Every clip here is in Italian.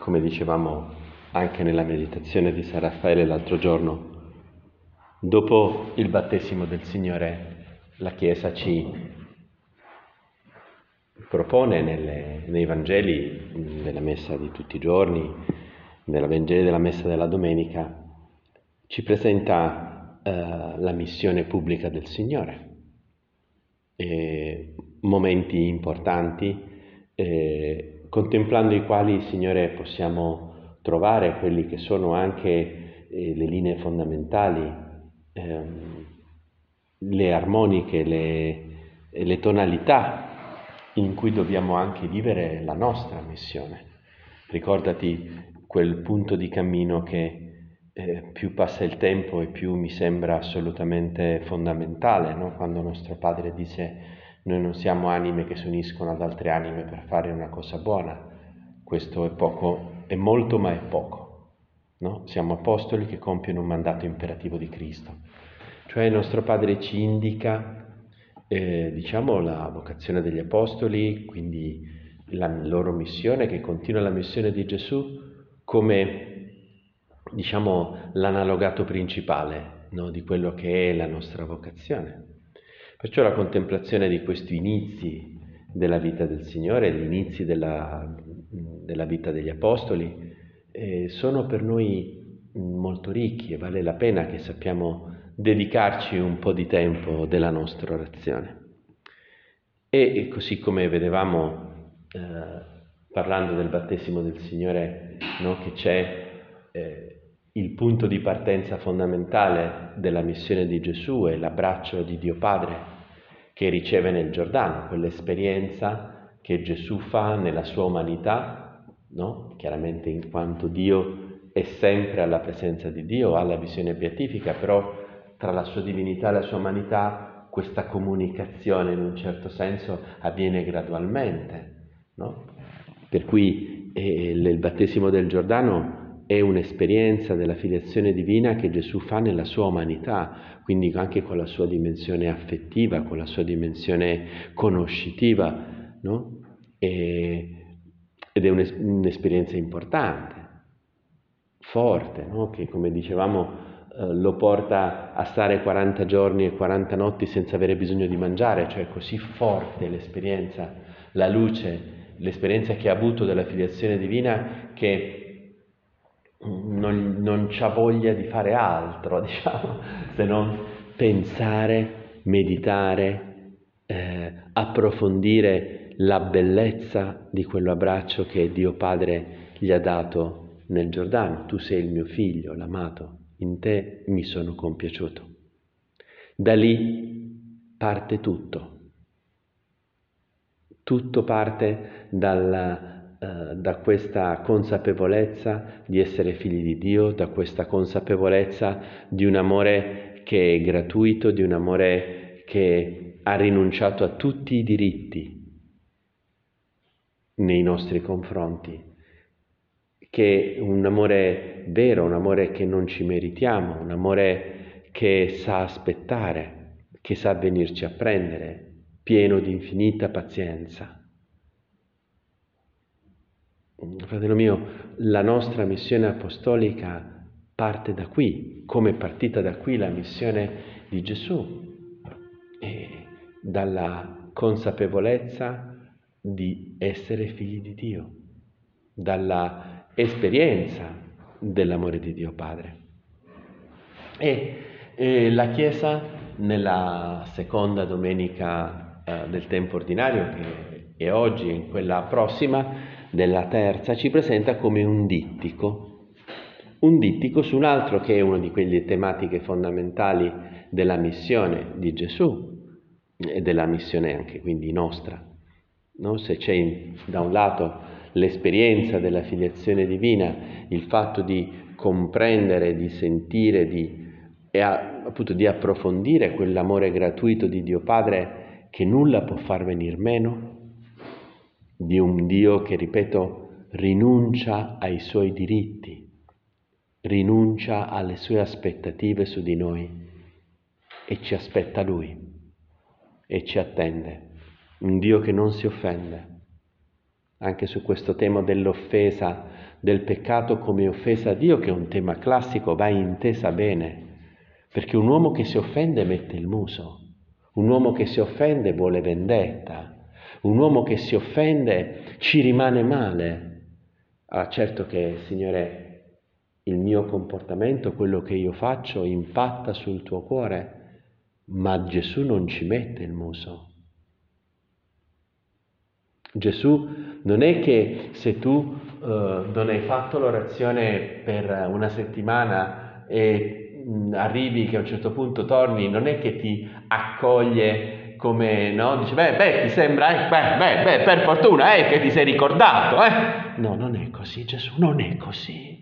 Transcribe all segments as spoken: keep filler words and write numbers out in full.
come dicevamo anche nella meditazione di San Raffaele l'altro giorno, dopo il battesimo del Signore, la Chiesa ci propone nelle, nei Vangeli della Messa di tutti i giorni, nella Vangeli della Messa della Domenica, ci presenta eh, la missione pubblica del Signore, e momenti importanti, eh, contemplando i quali il Signore possiamo trovare quelli che sono anche eh, le linee fondamentali, ehm, le armoniche, le, le tonalità in cui dobbiamo anche vivere la nostra missione. Ricordati quel punto di cammino che eh, più passa il tempo e più mi sembra assolutamente fondamentale, no? Quando nostro Padre dice: noi non siamo anime che si uniscono ad altre anime per fare una cosa buona. Questo è poco, è molto ma è poco, no? Siamo apostoli che compiono un mandato imperativo di Cristo. Cioè il nostro Padre ci indica eh, diciamo la vocazione degli apostoli, quindi la loro missione, che continua la missione di Gesù, come diciamo l'analogato principale, no, di quello che è la nostra vocazione. Perciò la contemplazione di questi inizi della vita del Signore, gli inizi della, della vita degli apostoli, eh, sono per noi molto ricchi e vale la pena che sappiamo dedicarci un po' di tempo della nostra orazione. E così come vedevamo eh, parlando del battesimo del Signore, no, che c'è eh, il punto di partenza fondamentale della missione di Gesù è l'abbraccio di Dio Padre che riceve nel Giordano, quell'esperienza che Gesù fa nella sua umanità, no? Chiaramente in quanto Dio è sempre alla presenza di Dio, ha la visione beatifica, però tra la sua divinità e la sua umanità questa comunicazione in un certo senso avviene gradualmente, no? Per cui eh, il battesimo del Giordano è un'esperienza della filiazione divina che Gesù fa nella sua umanità, quindi anche con la sua dimensione affettiva, con la sua dimensione conoscitiva, no? E, ed è un'esperienza importante, forte, no? Che come dicevamo eh, lo porta a stare quaranta giorni e quaranta notti senza avere bisogno di mangiare, cioè così forte l'esperienza, la luce, l'esperienza che ha avuto della filiazione divina che non, non c'ha voglia di fare altro, diciamo, se non pensare, meditare, eh, approfondire la bellezza di quell'abbraccio che Dio Padre gli ha dato nel Giordano. Tu sei il mio figlio, l'amato, in te mi sono compiaciuto. Da lì parte tutto. Tutto parte dalla Uh, da questa consapevolezza di essere figli di Dio, da questa consapevolezza di un amore che è gratuito, di un amore che ha rinunciato a tutti i diritti nei nostri confronti, che è un amore vero, un amore che non ci meritiamo, un amore che sa aspettare, che sa venirci a prendere, pieno di infinita pazienza. Fratello mio, la nostra missione apostolica parte da qui, come è partita da qui la missione di Gesù, e dalla consapevolezza di essere figli di Dio, dalla esperienza dell'amore di Dio Padre. E, e la Chiesa nella seconda domenica eh, del tempo ordinario, che è oggi, in quella prossima, della terza, ci presenta come un dittico, un dittico su un altro che è una di quelle tematiche fondamentali della missione di Gesù e della missione anche quindi nostra, no? Se c'è da un lato l'esperienza della filiazione divina, il fatto di comprendere, di sentire, di, e a, appunto di approfondire quell'amore gratuito di Dio Padre che nulla può far venir meno, di un Dio che, ripeto, rinuncia ai suoi diritti, rinuncia alle sue aspettative su di noi e ci aspetta Lui e ci attende. Un Dio che non si offende, anche su questo tema dell'offesa, del peccato come offesa a Dio, che è un tema classico, va intesa bene, perché un uomo che si offende mette il muso, un uomo che si offende vuole vendetta, un uomo che si offende ci rimane male. Ah, certo che, Signore, il mio comportamento, quello che io faccio, impatta sul tuo cuore, ma Gesù non ci mette il muso. Gesù non è che se tu uh, non hai fatto l'orazione per una settimana e mh, arrivi che a un certo punto torni, non è che ti accoglie come, no? Dice, beh, beh, ti sembra, eh, beh, beh, beh, per fortuna, eh, che ti sei ricordato, eh? No, non è così, Gesù, non è così.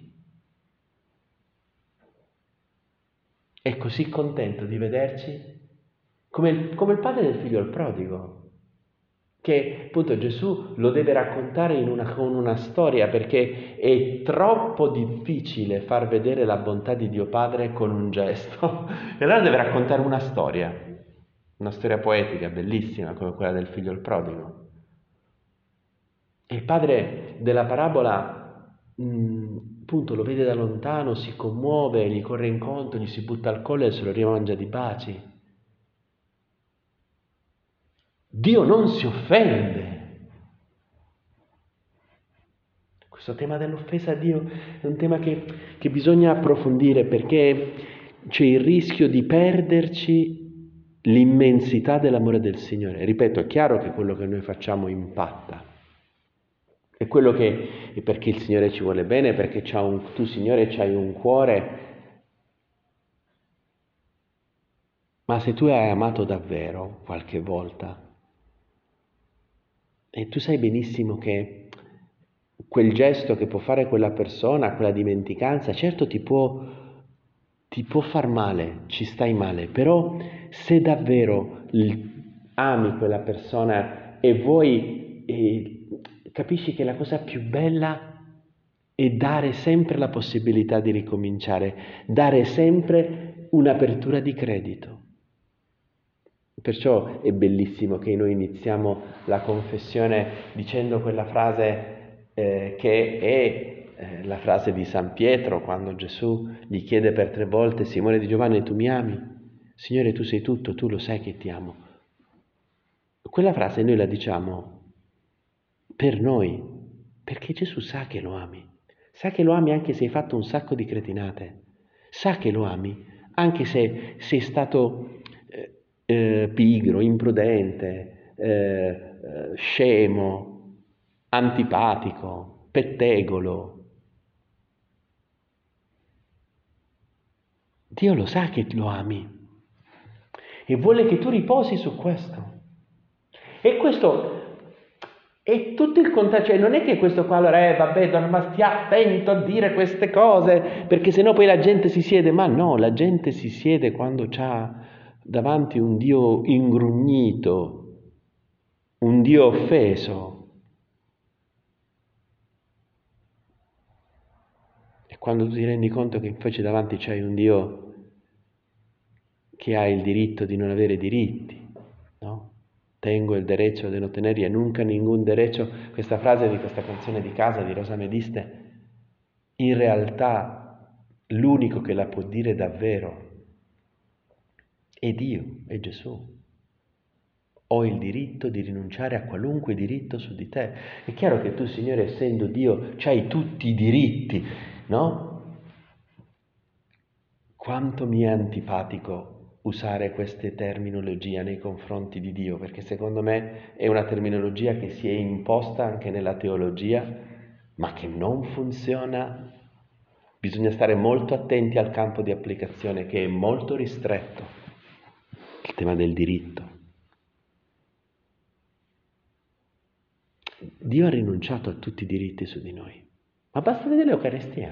È così contento di vederci come il, come il padre del figlio al prodigo, che appunto Gesù lo deve raccontare in una, con una storia, perché è troppo difficile far vedere la bontà di Dio Padre con un gesto. E allora deve raccontare una storia, una storia poetica, bellissima, come quella del figlio al prodigo. E il padre della parabola, mh, appunto, lo vede da lontano, si commuove, gli corre incontro, gli si butta al collo e se lo rimangia di baci. Dio non si offende. Questo tema dell'offesa a Dio è un tema che, che bisogna approfondire, perché c'è il rischio di perderci l'immensità dell'amore del Signore. Ripeto, è chiaro che quello che noi facciamo impatta. È quello che è perché il Signore ci vuole bene, perché c'ha un, tu, Signore, c'hai un cuore. Ma se tu hai amato davvero qualche volta, e tu sai benissimo che quel gesto che può fare quella persona, quella dimenticanza, certo ti può, ti può far male, ci stai male, però se davvero ami quella persona e vuoi, e capisci che la cosa più bella è dare sempre la possibilità di ricominciare, dare sempre un'apertura di credito. Perciò è bellissimo che noi iniziamo la confessione dicendo quella frase eh, che è eh, la frase di San Pietro, quando Gesù gli chiede per tre volte: Simone di Giovanni, tu mi ami? Signore, tu sei tutto, tu lo sai che ti amo. Quella frase noi la diciamo per noi, perché Gesù sa che lo ami, sa che lo ami anche se hai fatto un sacco di cretinate, sa che lo ami anche se sei stato Eh, pigro, imprudente, eh, eh, scemo, antipatico, pettegolo. Dio lo sa che lo ami e vuole che tu riposi su questo. E questo è tutto il contrario, cioè non è che questo qua allora, eh, vabbè, ma stia attento a dire queste cose, perché sennò poi la gente si siede, ma no, la gente si siede quando c'ha davanti un Dio ingrugnito, un Dio offeso. E quando tu ti rendi conto che invece davanti c'hai un Dio che ha il diritto di non avere diritti, no? Tengo il derecho de no tener y nunca ningún derecho, questa frase di questa canzone di casa di Rosa Mediste, in realtà l'unico che la può dire davvero è Dio, è Gesù. Ho il diritto di rinunciare a qualunque diritto su di te. È chiaro che tu, Signore, essendo Dio, c'hai tutti i diritti, no? Quanto mi è antipatico usare queste terminologie nei confronti di Dio, perché secondo me è una terminologia che si è imposta anche nella teologia, ma che non funziona. Bisogna stare molto attenti al campo di applicazione, che è molto ristretto, il tema del diritto. Dio ha rinunciato a tutti i diritti su di noi, ma basta vedere l'Eucaristia.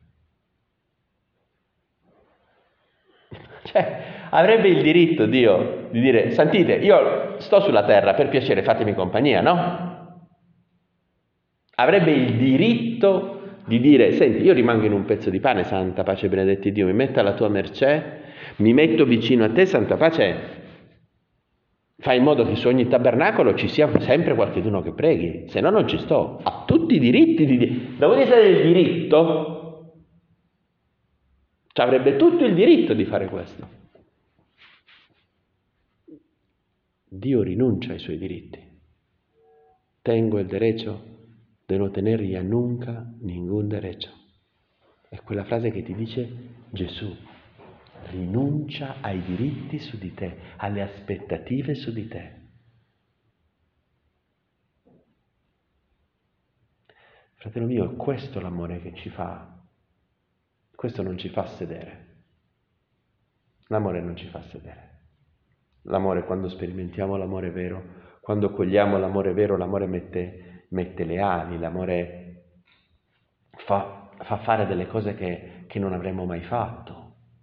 Cioè, avrebbe il diritto Dio di dire: sentite, io sto sulla terra, per piacere fatemi compagnia, no? Avrebbe il diritto di dire: senti, io rimango in un pezzo di pane, santa pace benedetti Dio, mi metto alla tua mercé, mi metto vicino a te, santa pace, Fai in modo che su ogni tabernacolo ci sia sempre qualcuno che preghi, se no non ci sto. Ha tutti i diritti di Dio. Dove c'è il diritto, ci avrebbe tutto il diritto di fare questo. Dio rinuncia ai suoi diritti. Tengo il derecho de no tener ya nunca ningún derecho. È quella frase che ti dice Gesù. Rinuncia ai diritti su di te, alle aspettative su di te. Fratello mio, questo è l'amore che ci fa, questo non ci fa sedere. L'amore non ci fa sedere. L'amore, quando sperimentiamo l'amore vero, quando cogliamo l'amore vero, l'amore mette, mette le ali, l'amore fa, fa fare delle cose che, che non avremmo mai fatto.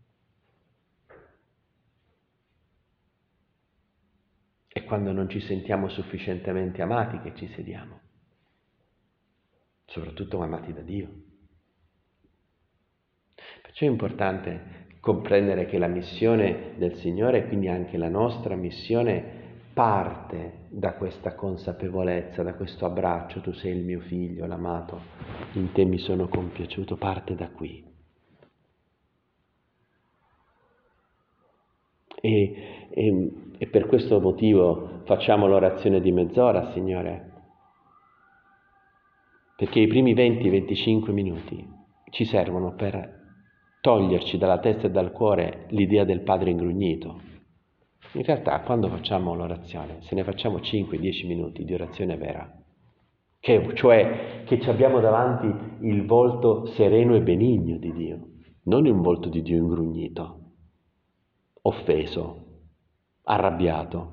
È quando non ci sentiamo sufficientemente amati che ci sediamo, soprattutto amati da Dio. Perciò è importante comprendere che la missione del Signore, quindi anche la nostra missione, parte da questa consapevolezza, da questo abbraccio: tu sei il mio figlio, l'amato, in te mi sono compiaciuto, parte da qui. E, e, e per questo motivo facciamo l'orazione di mezz'ora, Signore, perché i primi venti venticinque minuti ci servono per toglierci dalla testa e dal cuore l'idea del padre ingrugnito. In realtà, quando facciamo l'orazione, se ne facciamo cinque dieci minuti di orazione vera, che, cioè che ci abbiamo davanti il volto sereno e benigno di Dio, non il volto di Dio ingrugnito, offeso, arrabbiato.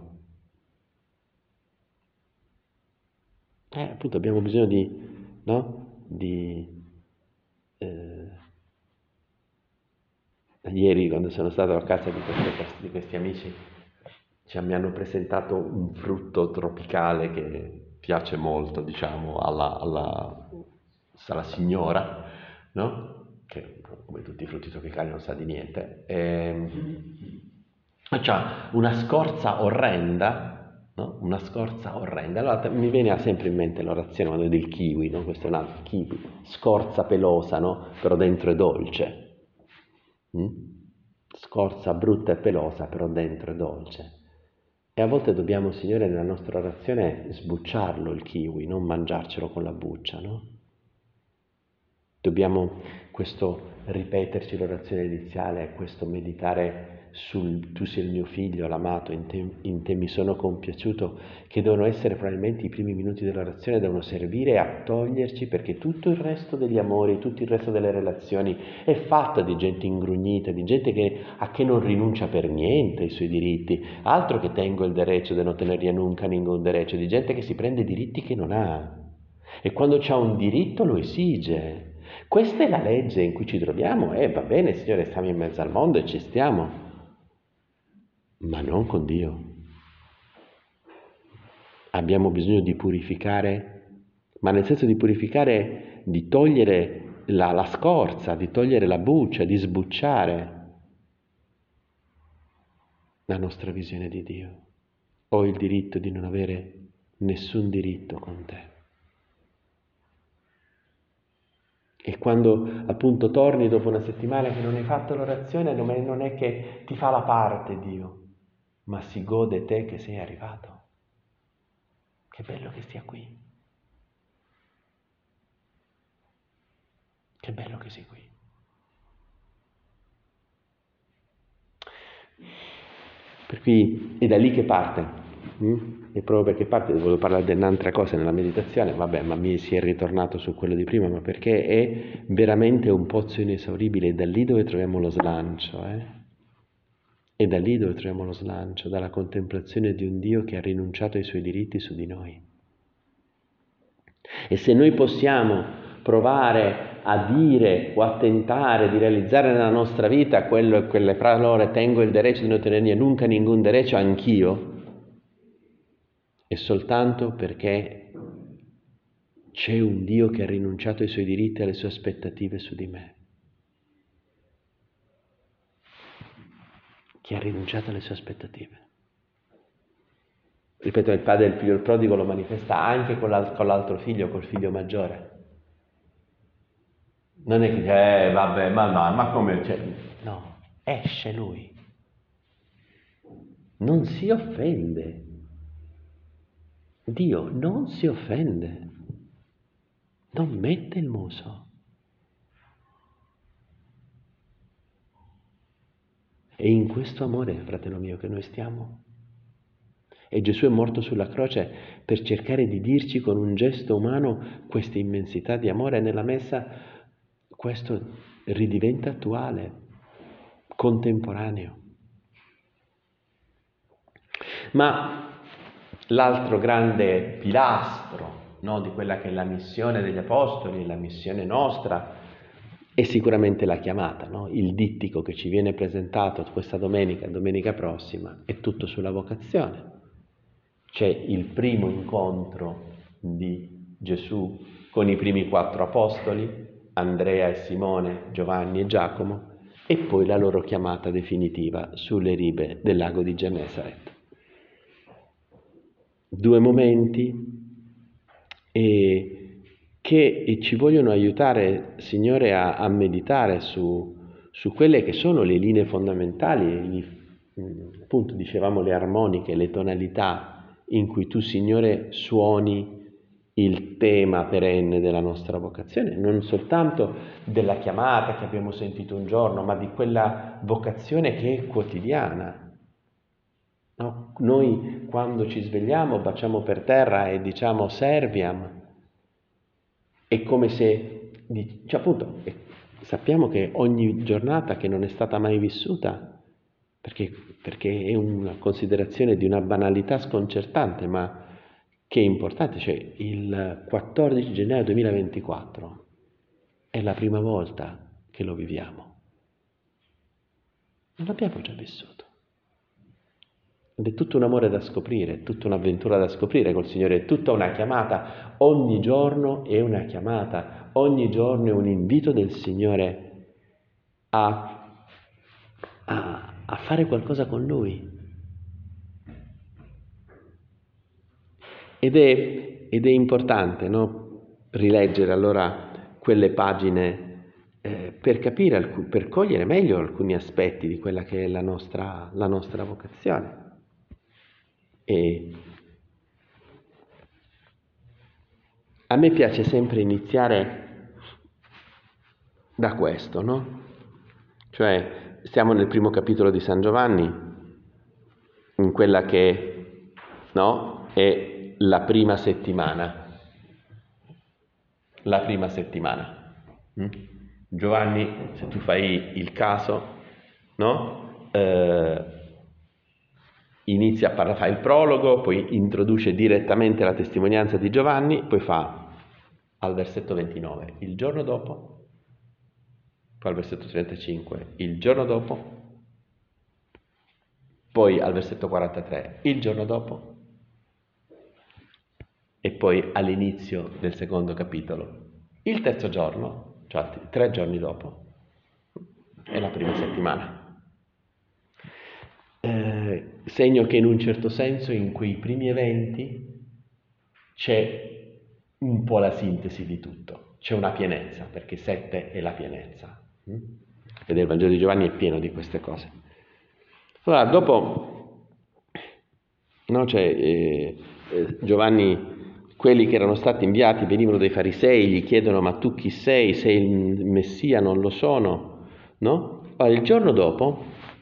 Eh, appunto abbiamo bisogno di, no? Di eh, ieri, quando sono stato a casa di, queste, di questi amici, cioè, mi hanno presentato un frutto tropicale che piace molto, diciamo, alla, alla, alla signora, no? Che come tutti i frutti tropicali non sa di niente. E, c'ha una scorza orrenda, no? Una scorza orrenda. Allora mi viene sempre in mente l'orazione quando del kiwi, no? Questo è un altro kiwi, scorza pelosa, no? Però dentro è dolce. Mm? Scorza brutta e pelosa, però dentro è dolce. E a volte dobbiamo, Signore, nella nostra orazione sbucciarlo il kiwi, non mangiarcelo con la buccia, no? Dobbiamo questo ripeterci l'orazione iniziale, questo meditare sul tu sei il mio figlio, l'amato, in te, in te mi sono compiaciuto, che devono essere probabilmente i primi minuti dell'orazione, devono servire a toglierci, perché tutto il resto degli amori, tutto il resto delle relazioni è fatta di gente ingrugnita, di gente che, a che non rinuncia per niente ai suoi diritti, altro che tengo il derecho de no tener nunca ningún derecho, di gente che si prende diritti che non ha, e quando c'ha un diritto lo esige. Questa è la legge in cui ci troviamo, e eh, va bene, Signore, stiamo in mezzo al mondo e ci stiamo, ma non con Dio. Abbiamo bisogno di purificare, ma nel senso di purificare, di togliere la, la scorza, di togliere la buccia, di sbucciare la nostra visione di Dio. Ho il diritto di non avere nessun diritto con te. E quando appunto torni dopo una settimana che non hai fatto l'orazione, non è che ti fa la parte Dio, ma si gode te che sei arrivato. Che bello che stia qui. Che bello che sei qui. Per cui è da lì che parte. Hm? E proprio perché parte, volevo parlare di un'altra cosa nella meditazione, vabbè, ma mi si è ritornato su quello di prima, ma perché è veramente un pozzo inesauribile, è da lì dove troviamo lo slancio, eh? È da lì dove troviamo lo slancio, dalla contemplazione di un Dio che ha rinunciato ai suoi diritti su di noi. E se noi possiamo provare a dire o a tentare di realizzare nella nostra vita quello e quelle parole, tengo il diritto di non tenere nunca ningún derecho, anch'io, è soltanto perché c'è un Dio che ha rinunciato ai suoi diritti e alle sue aspettative su di me, che ha rinunciato alle sue aspettative. Ripeto, il padre del figlio del prodigo lo manifesta anche con, l'al- con l'altro figlio, col figlio maggiore. Non è che dice, eh, vabbè, ma no, ma come c'è? No, esce lui. Non si offende. Dio non si offende. Non mette il muso. E in questo amore, fratello mio, che noi stiamo. E Gesù è morto sulla croce per cercare di dirci con un gesto umano questa immensità di amore. Nella messa questo ridiventa attuale, contemporaneo. Ma l'altro grande pilastro, no, di quella che è la missione degli Apostoli, la missione nostra, è sicuramente la chiamata, no? Il dittico che ci viene presentato questa domenica, domenica prossima, è tutto sulla vocazione. C'è il primo incontro di Gesù con i primi quattro apostoli, Andrea e Simone, Giovanni e Giacomo, e poi la loro chiamata definitiva sulle rive del lago di Gennesaret. Due momenti e, che e ci vogliono aiutare, Signore, a, a meditare su, su quelle che sono le linee fondamentali, gli, appunto dicevamo le armoniche, le tonalità in cui tu, Signore, suoni il tema perenne della nostra vocazione, non soltanto della chiamata che abbiamo sentito un giorno, ma di quella vocazione che è quotidiana. No? Noi quando ci svegliamo baciamo per terra e diciamo serviam, è come se, cioè appunto, sappiamo che ogni giornata che non è stata mai vissuta, perché, perché è una considerazione di una banalità sconcertante, ma che è importante, cioè il quattordici gennaio duemilaventiquattro è la prima volta che lo viviamo. Non l'abbiamo già vissuto. Ed è tutto un amore da scoprire, è tutta un'avventura da scoprire col Signore, è tutta una chiamata, ogni giorno è una chiamata, ogni giorno è un invito del Signore a, a, a fare qualcosa con Lui. Ed è, ed è importante, no? Rileggere allora quelle pagine eh, per capire, per cogliere meglio alcuni aspetti di quella che è la nostra, la nostra vocazione. E a me piace sempre iniziare da questo, no? Cioè, stiamo nel primo capitolo di San Giovanni, in quella che, no, è la prima settimana. La prima settimana. Mm? Giovanni, se tu fai il caso, no? Eh, inizia a parlare, fa il prologo, poi introduce direttamente la testimonianza di Giovanni, poi fa al versetto ventinove, il giorno dopo, poi al versetto trentacinque, il giorno dopo, poi al versetto quarantatré, il giorno dopo, e poi all'inizio del secondo capitolo, il terzo giorno, cioè tre giorni dopo, è la prima settimana. Eh, segno che in un certo senso in quei primi eventi c'è un po' la sintesi di tutto, c'è una pienezza, perché sette è la pienezza. Ed il Vangelo di Giovanni è pieno di queste cose. Allora, dopo, no, cioè, eh, eh, Giovanni, quelli che erano stati inviati venivano dai farisei, gli chiedono: ma tu chi sei? Sei il Messia? Non lo sono, no? Allora, il giorno dopo,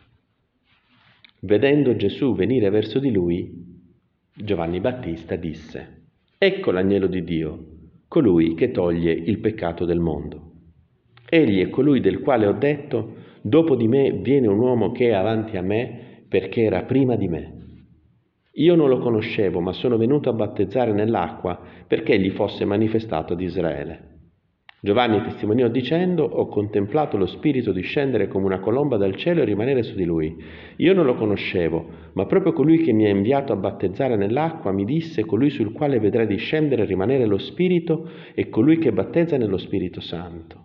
vedendo Gesù venire verso di lui, Giovanni Battista disse: ecco l'agnello di Dio, colui che toglie il peccato del mondo. Egli è colui del quale ho detto: dopo di me viene un uomo che è avanti a me, perché era prima di me. Io non lo conoscevo, ma sono venuto a battezzare nell'acqua perché gli fosse manifestato ad Israele. Giovanni testimoniò dicendo: ho contemplato lo Spirito discendere come una colomba dal cielo e rimanere su di lui. Io non lo conoscevo, ma proprio colui che mi ha inviato a battezzare nell'acqua mi disse: colui sul quale vedrai discendere e rimanere lo Spirito è colui che battezza nello Spirito Santo.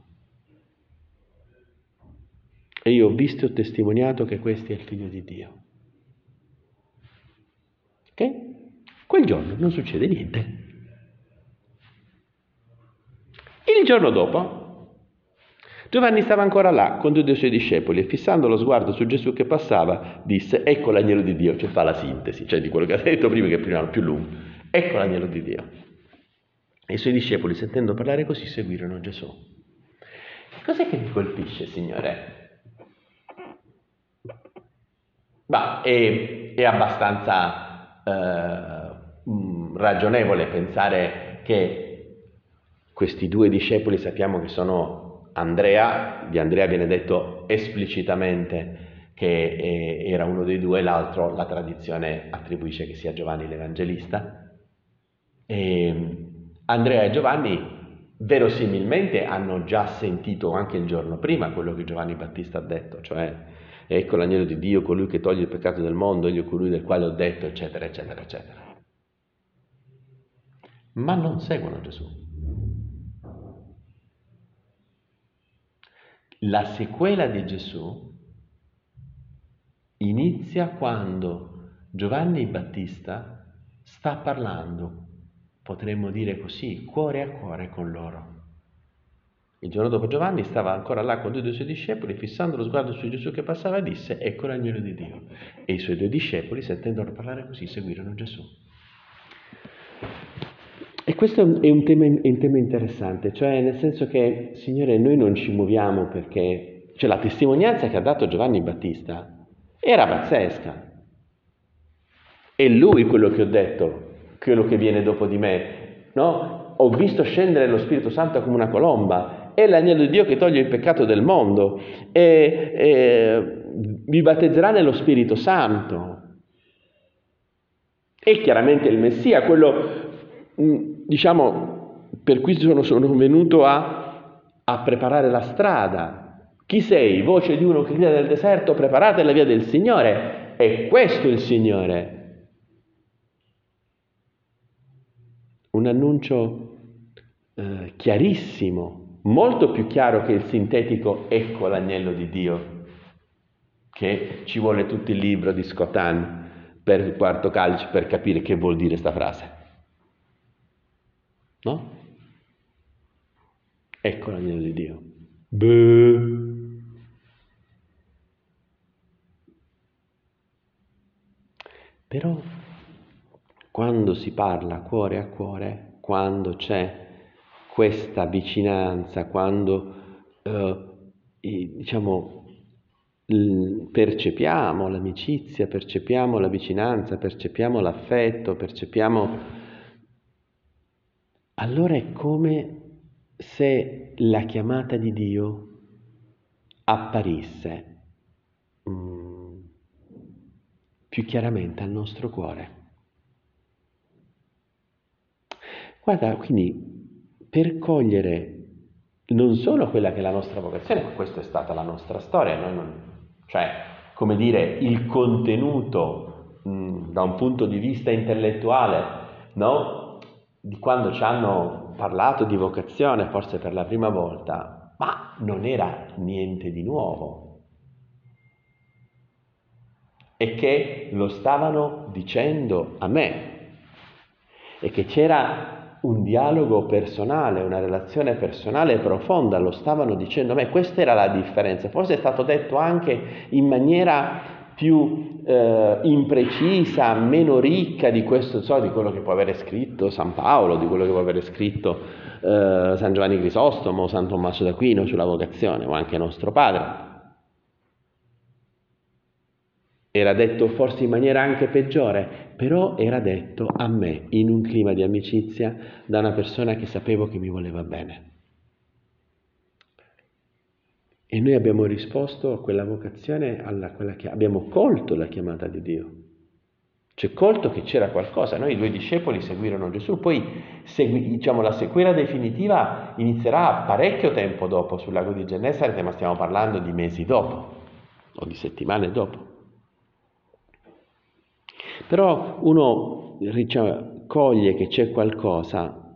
E io ho visto e ho testimoniato che questo è il Figlio di Dio. Ok? Quel giorno non succede niente. Il giorno dopo, Giovanni stava ancora là con due dei suoi discepoli e fissando lo sguardo su Gesù che passava, disse: ecco l'agnello di Dio, cioè fa la sintesi, cioè di quello che ha detto prima, che prima era più lungo. Ecco l'agnello di Dio. E i suoi discepoli, sentendo parlare così, seguirono Gesù. Cos'è che mi colpisce, Signore? Ma è, è abbastanza eh, mh, ragionevole pensare che questi due discepoli, sappiamo che sono Andrea, di Andrea viene detto esplicitamente che è, era uno dei due, l'altro la tradizione attribuisce che sia Giovanni l'Evangelista. E Andrea e Giovanni verosimilmente hanno già sentito anche il giorno prima quello che Giovanni Battista ha detto, cioè ecco l'agnello di Dio, colui che toglie il peccato del mondo, egli è colui del quale ho detto, eccetera, eccetera, eccetera. Ma non seguono Gesù. La sequela di Gesù inizia quando Giovanni Battista sta parlando, potremmo dire così, cuore a cuore con loro. Il giorno dopo Giovanni stava ancora là con due dei suoi discepoli, fissando lo sguardo su Gesù che passava e disse: ecco l'agnello di Dio. E i suoi due discepoli, sentendolo parlare così, seguirono Gesù. E questo è un tema, è un tema interessante, cioè nel senso che, Signore, noi non ci muoviamo perché... Cioè la testimonianza che ha dato Giovanni Battista era pazzesca. È lui quello che ho detto, quello che viene dopo di me, no? Ho visto scendere lo Spirito Santo come una colomba, è l'agnello di Dio che toglie il peccato del mondo, e, e vi battezzerà nello Spirito Santo. È chiaramente il Messia, quello, diciamo, per cui sono, sono venuto a, a preparare la strada. Chi sei? Voce di uno che grida nel deserto, preparate la via del Signore. E questo è il Signore. Un annuncio eh, chiarissimo, molto più chiaro che il sintetico ecco l'agnello di Dio, che ci vuole tutto il libro di Scotan per il quarto calice per capire che vuol dire sta frase. No? Ecco l'agnello di Dio. Beh. Però quando si parla cuore a cuore, quando c'è questa vicinanza, quando eh, diciamo percepiamo l'amicizia, percepiamo la vicinanza, percepiamo l'affetto, percepiamo, allora è come se la chiamata di Dio apparisse mm, più chiaramente al nostro cuore. Guarda, quindi per cogliere non solo quella che è la nostra vocazione, ma questa è stata la nostra storia, noi non, cioè, come dire, il contenuto mh, da un punto di vista intellettuale, no? Di quando ci hanno parlato di vocazione, forse per la prima volta, ma non era niente di nuovo. E che lo stavano dicendo a me, e che c'era un dialogo personale, una relazione personale profonda, lo stavano dicendo a me, questa era la differenza. Forse è stato detto anche in maniera più eh, imprecisa, meno ricca di questo, so, di quello che può avere scritto San Paolo, di quello che può avere scritto eh, San Giovanni Crisostomo, San Tommaso d'Aquino sulla vocazione, o anche nostro padre. Era detto forse in maniera anche peggiore, però era detto a me in un clima di amicizia da una persona che sapevo che mi voleva bene. E noi abbiamo risposto a quella vocazione, alla quella che abbiamo colto la chiamata di Dio. Cioè colto che c'era qualcosa. Noi i due discepoli seguirono Gesù, poi segui, diciamo, la sequela definitiva inizierà parecchio tempo dopo sul lago di Gennesaret, ma stiamo parlando di mesi dopo o di settimane dopo. Però uno, diciamo, coglie che c'è qualcosa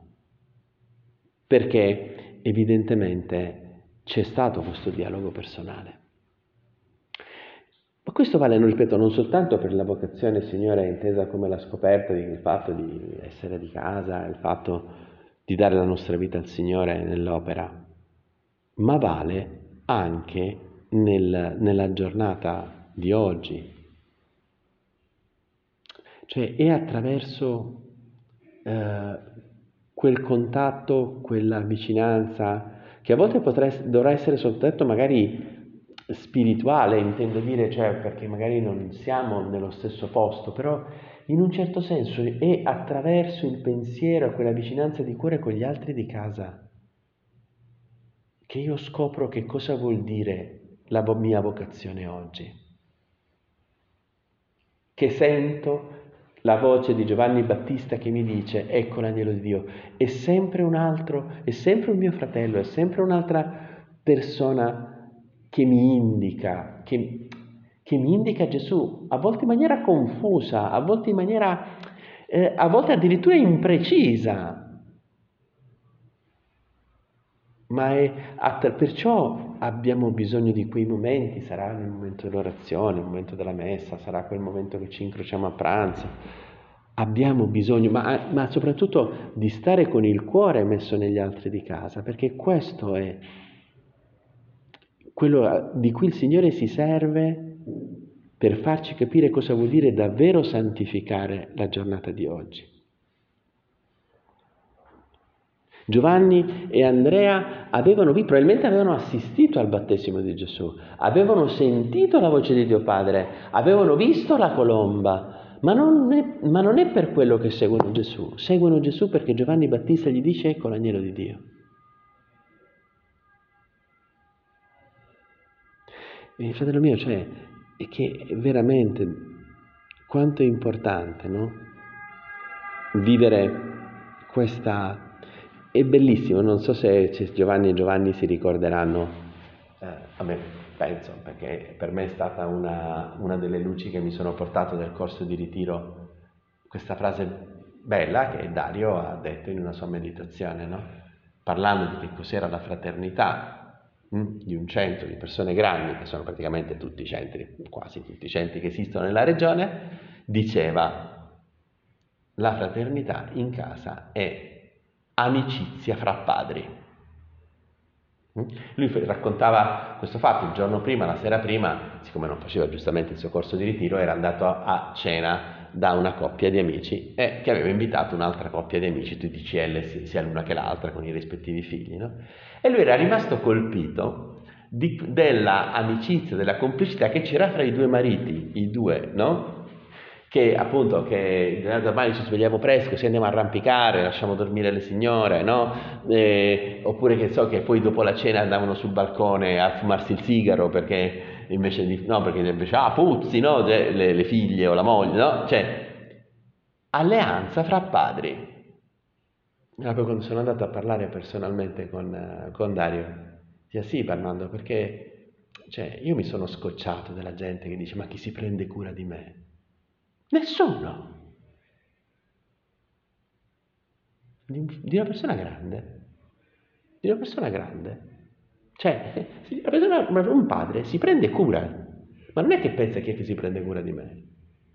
perché evidentemente c'è stato questo dialogo personale. Ma questo vale, non ripeto, non soltanto per la vocazione, Signore, intesa come la scoperta del fatto di essere di casa, il fatto di dare la nostra vita al Signore nell'opera, ma vale anche nel, nella giornata di oggi. Cioè è attraverso eh, quel contatto, quella vicinanza, che a volte potrà, dovrà essere soltanto magari spirituale, intendo dire, cioè perché magari non siamo nello stesso posto, però in un certo senso è attraverso il pensiero, quella vicinanza di cuore con gli altri di casa, che io scopro che cosa vuol dire la mia vocazione oggi. Che sento la voce di Giovanni Battista che mi dice: ecco l'agnello di Dio. È sempre un altro, è sempre un mio fratello, è sempre un'altra persona che mi indica, che, che mi indica Gesù, a volte in maniera confusa, a volte in maniera, eh, a volte addirittura imprecisa. Ma è, perciò abbiamo bisogno di quei momenti, sarà nel momento dell'orazione, il momento della messa, sarà quel momento che ci incrociamo a pranzo. Abbiamo bisogno, ma, ma soprattutto di stare con il cuore messo negli altri di casa, perché questo è quello di cui il Signore si serve per farci capire cosa vuol dire davvero santificare la giornata di oggi. Giovanni e Andrea avevano, probabilmente avevano assistito al battesimo di Gesù, avevano sentito la voce di Dio Padre, avevano visto la colomba, ma non è, ma non è per quello che seguono Gesù, seguono Gesù perché Giovanni Battista gli dice: ecco l'agnello di Dio. E fratello mio, cioè, è che veramente quanto è importante, no? Vivere questa... È bellissimo, non so se Giovanni e Giovanni si ricorderanno, eh, a me penso, perché per me è stata una, una delle luci che mi sono portato del corso di ritiro, questa frase bella che Dario ha detto in una sua meditazione, no? Parlando di che cos'era la fraternità, mh? di un centro di persone grandi, che sono praticamente tutti i centri, quasi tutti i centri che esistono nella regione, diceva: la fraternità in casa è amicizia fra padri. Lui raccontava questo fatto: il giorno prima, la sera prima, siccome non faceva giustamente il suo corso di ritiro, era andato a cena da una coppia di amici e che aveva invitato un'altra coppia di amici, tutti D C L, sia l'una che l'altra, con i rispettivi figli, no? E lui era rimasto colpito di, della amicizia, della complicità che c'era fra i due mariti, i due, no? Che appunto che domani ci svegliamo presto, così andiamo a arrampicare, lasciamo dormire le signore, no? Eh, oppure che so che poi dopo la cena andavano sul balcone a fumarsi il sigaro perché invece di no, perché invece ah puzzi, no? Cioè, le, le figlie o la moglie, no? Cioè alleanza fra padri. E poi quando sono andato a parlare personalmente con, con Dario, diceva: sì, Armando, perché cioè, io mi sono scocciato della gente che dice: ma chi si prende cura di me? Nessuno. Di, di una persona grande. Di una persona grande. Cioè, una persona, un padre si prende cura, ma non è che pensa chi è che si prende cura di me.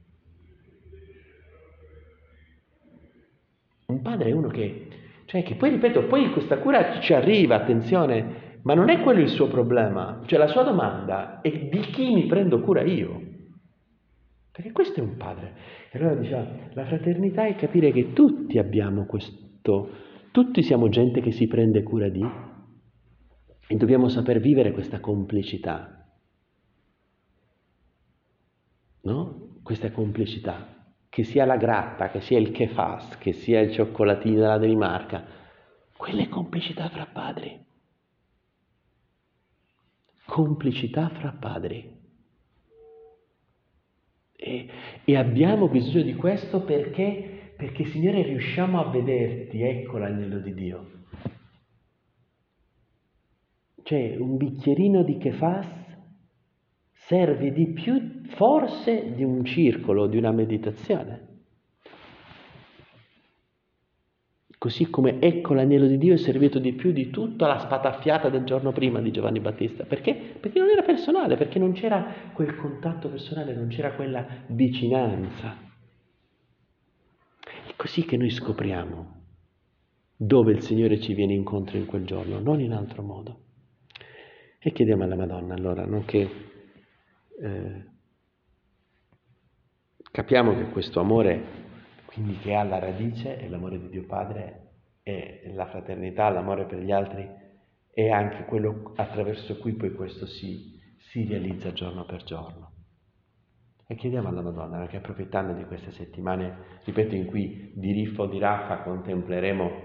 Un padre è uno che, cioè che poi, ripeto, poi questa cura ci arriva, attenzione, ma non è quello il suo problema. Cioè la sua domanda è: di chi mi prendo cura io? Perché questo è un padre. E allora diceva: la fraternità è capire che tutti abbiamo questo, tutti siamo gente che si prende cura di, e dobbiamo saper vivere questa complicità, no? Questa complicità, che sia la grappa, che sia il kefas, che sia il cioccolatino della Danimarca, quella è complicità fra padri. Complicità fra padri. E, e abbiamo bisogno di questo perché, perché, Signore, riusciamo a vederti, ecco l'agnello di Dio. Cioè, un bicchierino di kefas serve di più forse di un circolo, di una meditazione. Così come ecco l'agnello di Dio è servito di più di tutta la spataffiata del giorno prima di Giovanni Battista. Perché? Perché non era personale, perché non c'era quel contatto personale, non c'era quella vicinanza. È così che noi scopriamo dove il Signore ci viene incontro in quel giorno, non in altro modo. E chiediamo alla Madonna allora, non che eh, capiamo che questo amore, quindi che ha la radice, è l'amore di Dio Padre, e la fraternità, l'amore per gli altri, è anche quello attraverso cui poi questo si, si realizza giorno per giorno. E chiediamo alla Madonna, che approfittando di queste settimane, ripeto, in cui di Riffo di Raffa contempleremo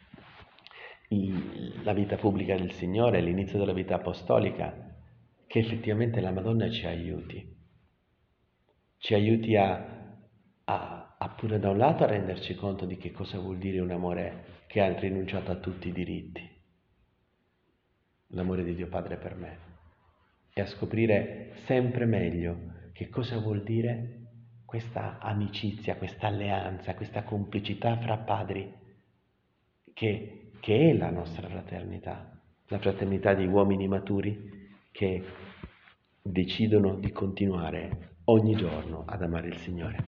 il, la vita pubblica del Signore, l'inizio della vita apostolica, che effettivamente la Madonna ci aiuti, ci aiuti a, a, a pure da un lato a renderci conto di che cosa vuol dire un amore che ha rinunciato a tutti i diritti, l'amore di Dio Padre per me, e a scoprire sempre meglio che cosa vuol dire questa amicizia, questa alleanza, questa complicità fra padri, che, che è la nostra fraternità, la fraternità di uomini maturi che decidono di continuare ogni giorno ad amare il Signore.